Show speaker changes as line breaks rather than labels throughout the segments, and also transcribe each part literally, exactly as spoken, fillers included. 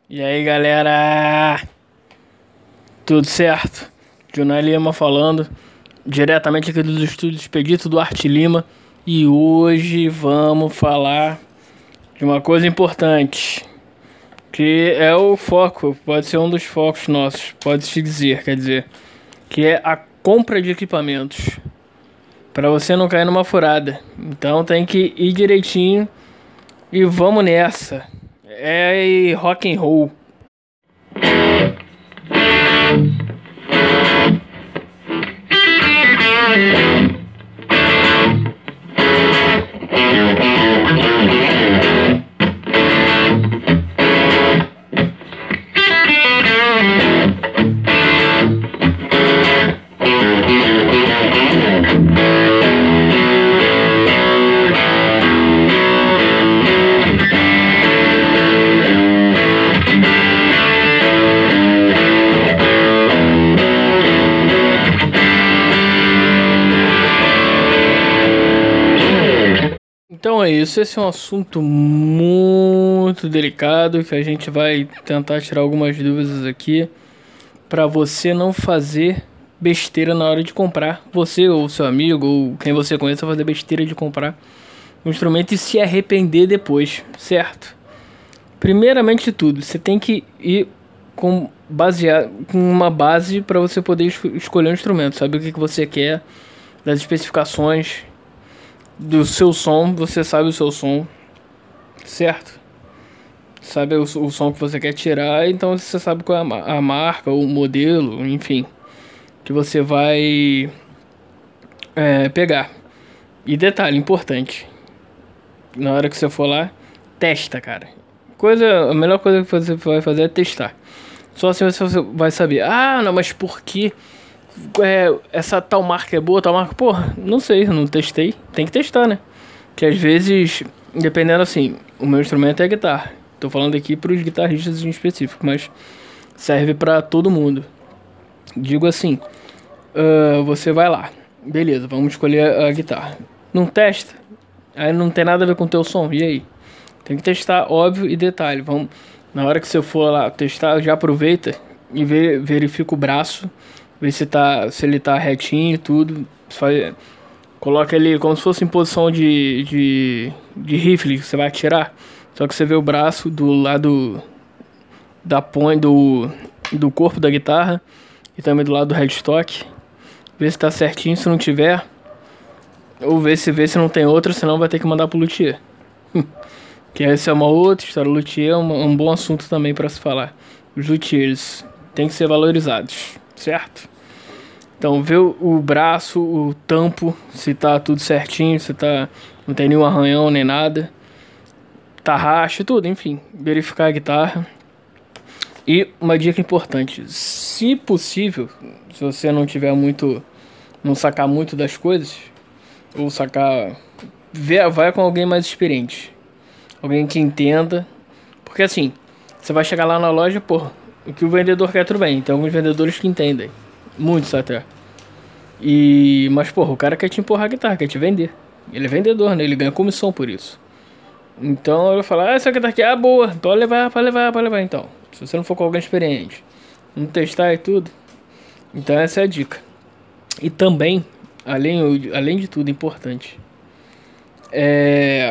E aí, galera? Tudo certo? Junai Lima falando, diretamente aqui dos estúdios Expedito Duarte Lima. E hoje vamos falar de uma coisa importante, que é o foco, pode ser um dos focos nossos, pode-se dizer, quer dizer, que é a compra de equipamentos, para você não cair numa furada. Então tem que ir direitinho e vamos nessa. É rock and roll. Então é isso, esse é um assunto muito delicado que a gente vai tentar tirar algumas dúvidas aqui para você não fazer besteira na hora de comprar, você ou seu amigo ou quem você conheça fazer besteira de comprar um instrumento e se arrepender depois, certo? Primeiramente de tudo, você tem que ir com, basear, com uma base para você poder esco- escolher um instrumento, saber o que, que você quer, das especificações do seu som, você sabe o seu som, certo? Sabe o, o som que você quer tirar, então você sabe qual é a, ma- a marca, o modelo, enfim, que você vai é, pegar. E detalhe importante, na hora que você for lá, testa, cara. Coisa, a melhor coisa que você vai fazer é testar. Só assim você vai saber, ah, não, mas por que é, essa tal marca é boa, tal marca... Porra, não sei, eu não testei. Tem que testar, né? Que às vezes, dependendo assim, o meu instrumento é a guitarra. Tô falando aqui pros guitarristas em específico, mas serve pra todo mundo. Digo assim, ah, você vai lá, beleza, vamos escolher a, a guitarra. Não testa, aí não tem nada a ver com o teu som, e aí? Tem que testar, óbvio, e detalhe, vamos, na hora que você for lá testar, já aproveita e vê, verifica o braço, vê se, tá, se ele tá retinho e tudo. Faz, coloca ele como se fosse em posição de, de, de rifle que você vai atirar. Só que você vê o braço do lado da ponte do, do corpo da guitarra e também do lado do headstock. Vê se tá certinho, se não tiver, ou vê se vê se não tem outra, senão vai ter que mandar pro luthier. Que essa é uma outra história. O luthier é um, um bom assunto também para se falar. Os luthiers têm que ser valorizados, certo? Então vê o, o braço, o tampo, se tá tudo certinho, se tá, não tem nenhum arranhão nem nada, tá racha, tudo, enfim, verificar a guitarra. E uma dica importante, se possível, se você não tiver muito, não sacar muito das coisas, ou sacar, vê, vai com alguém mais experiente, alguém que entenda, porque assim, você vai chegar lá na loja, pô, o que o vendedor quer tudo bem, tem alguns vendedores que entendem, muitos até. E, mas porra, o cara quer te empurrar a guitarra, quer te vender. Ele é vendedor, né? Ele ganha comissão por isso. Então eu falo, ah, essa guitarra aqui é boa, pode levar, pode levar, pode levar então. Se você não for com alguém experiente, não testar e tudo. Então essa é a dica. E também, além, além de tudo, importante, é...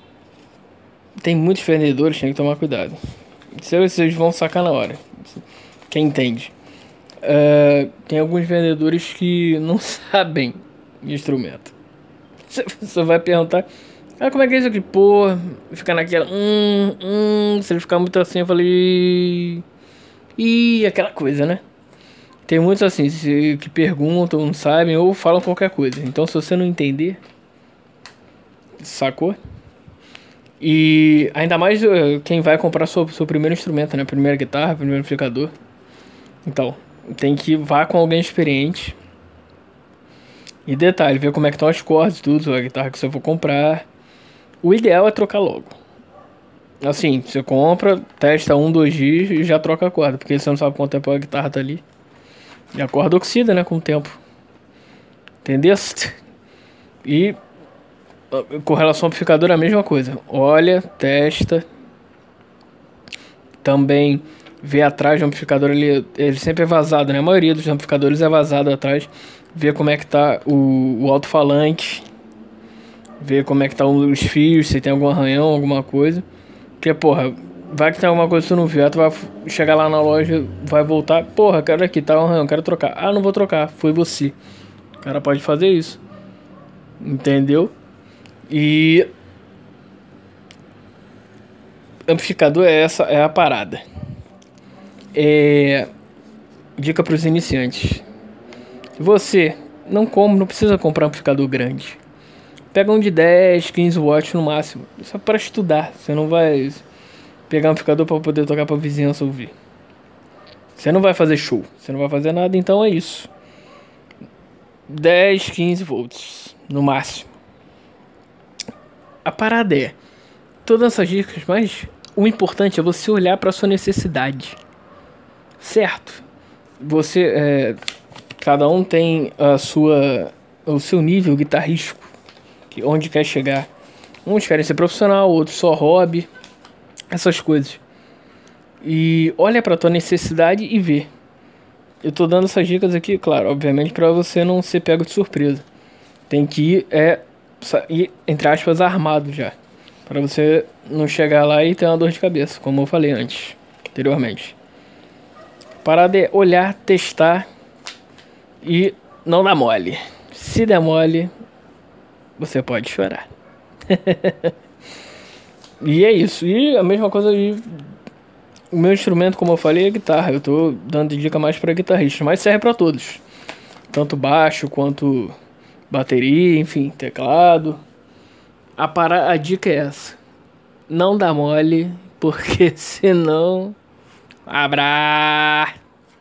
tem muitos vendedores, tem que tomar cuidado. Vocês vão sacar na hora. Quem entende? Uh, tem alguns vendedores que não sabem de instrumento. Você vai perguntar, ah, como é que é isso aqui? Pô, fica naquela, hum, hum, se ele ficar muito assim, eu falei, e aquela coisa, né? Tem muitos assim que perguntam, não sabem ou falam qualquer coisa. Então, se você não entender, sacou? E ainda mais uh, quem vai comprar seu, seu primeiro instrumento, né? Primeira guitarra, primeiro amplificador. Então, tem que vá com alguém experiente. E detalhe, ver como é que estão as cordas, tudo, a guitarra que você for comprar. O ideal é trocar logo. Assim, você compra, testa um, dois dias e já troca a corda, porque você não sabe quanto tempo a guitarra tá ali. E a corda oxida, né, com o tempo. Entendeu? E com relação ao amplificador é a mesma coisa. Olha, testa. também ver atrás do amplificador, ele, ele sempre é vazado, né? A maioria dos amplificadores é vazado atrás. Ver como é que tá o, o alto-falante, ver como é que tá os fios, se tem algum arranhão, alguma coisa. Porque, porra, vai que tem alguma coisa que tu não viu, tu vai chegar lá na loja, vai voltar, porra, quero aqui, tá um arranhão, quero trocar. Ah, não vou trocar, foi você. O cara pode fazer isso. Entendeu? E amplificador é essa, é a parada. É... Dica para os iniciantes. Se você não compra, não precisa comprar um amplificador grande. Pega um de dez, quinze watts no máximo. Só para estudar. Você não vai pegar um amplificador para poder tocar para vizinhança ouvir. Você não vai fazer show. Você não vai fazer nada, então é isso. dez, quinze volts no máximo. A parada é todas essas dicas, mas o importante é você olhar para sua necessidade. Certo? Você é, cada um tem a sua, o seu nível guitarrístico, que onde quer chegar. Uns querem ser profissional, outros só hobby, essas coisas. E olha para tua necessidade e vê. Eu tô dando essas dicas aqui, claro, obviamente para você não ser pego de surpresa. Tem que ir, é, ir, entre aspas, armado já, para você não chegar lá e ter uma dor de cabeça, como eu falei antes, anteriormente. Parada é olhar, testar e não dar mole. Se der mole, você pode chorar. E é isso. E a mesma coisa de... O meu instrumento, como eu falei, é guitarra. Eu tô dando dica mais para guitarristas, mas serve para todos. Tanto baixo quanto bateria, enfim, teclado. A, para... a dica é essa. Não dá mole, porque senão... Abra!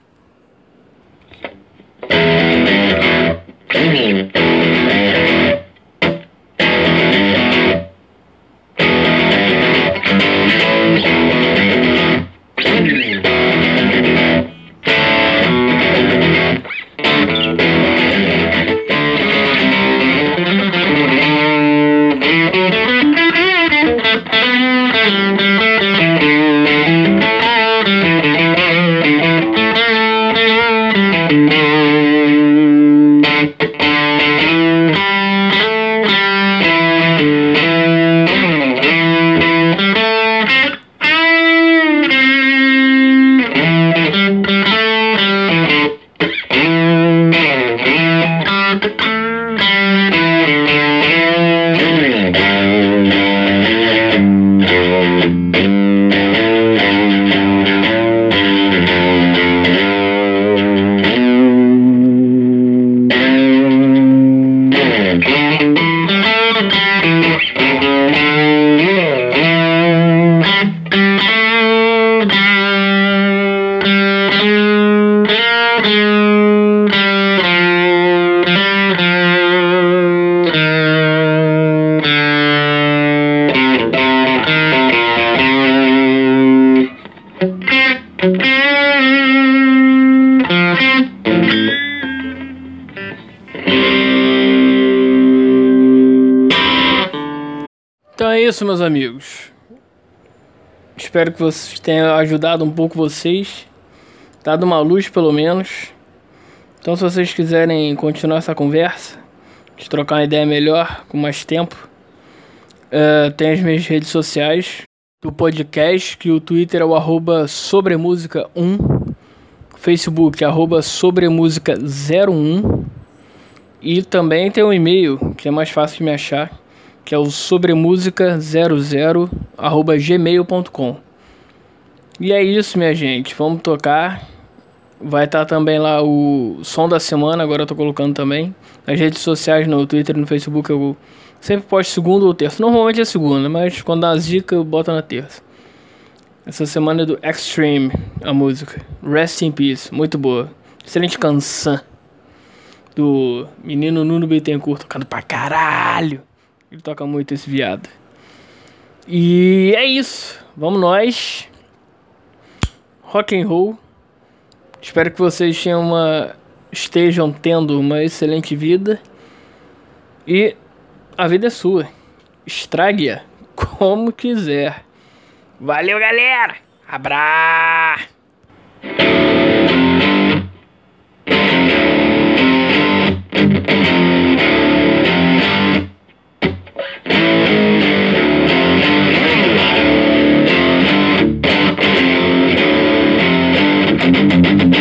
Então é isso, meus amigos. Espero que vocês tenham ajudado um pouco vocês, dado uma luz pelo menos. Então, se vocês quiserem continuar essa conversa, de trocar uma ideia melhor, com mais tempo, uh, tem as minhas redes sociais, o podcast, que o Twitter é o arroba sobremusica um, Facebook arroba sobremusica zero um, e também tem um e-mail, que é mais fácil de me achar, que é o sobremusica zero zero arroba gmail ponto com. E é isso, minha gente, vamos tocar. Vai estar também lá o som da semana, agora eu tô colocando também nas redes sociais, no Twitter e no Facebook. Eu sempre posto segunda ou terça, normalmente é segunda, mas quando dá as dicas eu boto na terça. Essa semana é do Extreme, a música Rest in Peace, muito boa, excelente canção do menino Nuno Bittencourt, tocando pra caralho. Ele toca muito esse viado. E é isso. Vamos nós. Rock and roll. Espero que vocês tenham uma, estejam tendo uma excelente vida. E a vida é sua. Estrague-a como quiser. Valeu, galera! Abra! Thank you.